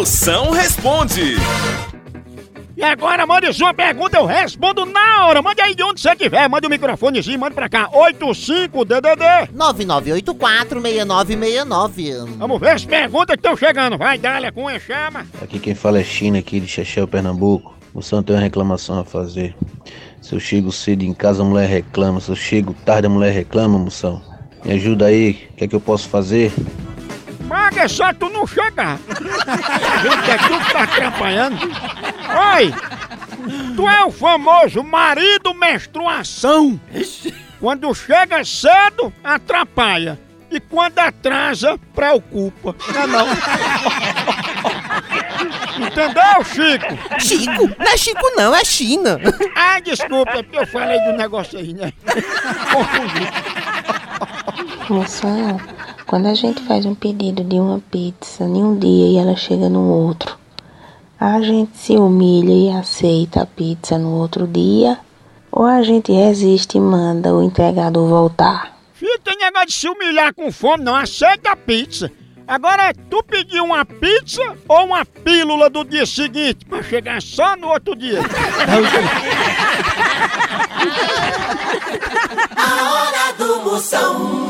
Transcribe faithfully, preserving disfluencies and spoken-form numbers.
Moção responde. E agora mande sua pergunta, eu respondo na hora. Mande aí de onde você estiver, mande o microfonezinho, mande pra cá. oito cinco D D D nove nove oito quatro, seis nove seis nove. Vamos ver as perguntas que estão chegando. Vai, Dália, com a chama. Aqui quem fala é China, aqui de Chechel, Pernambuco. Moção, tem uma reclamação a fazer. Se eu chego cedo em casa, a mulher reclama. Se eu chego tarde, a mulher reclama, moção. Me ajuda aí, o que é que eu posso fazer? Maga, é só tu não chegar. A gente é tu que tá atrapalhando. Oi, tu é o famoso marido menstruação. Quando chega cedo, atrapalha. E quando atrasa, preocupa. Não é não? Entendeu, Chico? Chico? Não é Chico não, é China. Ah, desculpa, é porque eu falei do negócio aí, né? Confundi. Moção, quando a gente faz um pedido de uma pizza em um dia e ela chega no outro, a gente se humilha e aceita a pizza no outro dia, ou a gente resiste e manda o entregador voltar? Filho, tem negócio de se humilhar com fome, não. Aceita a pizza. Agora, tu pediu uma pizza ou uma pílula do dia seguinte pra chegar só no outro dia? A hora do Moção.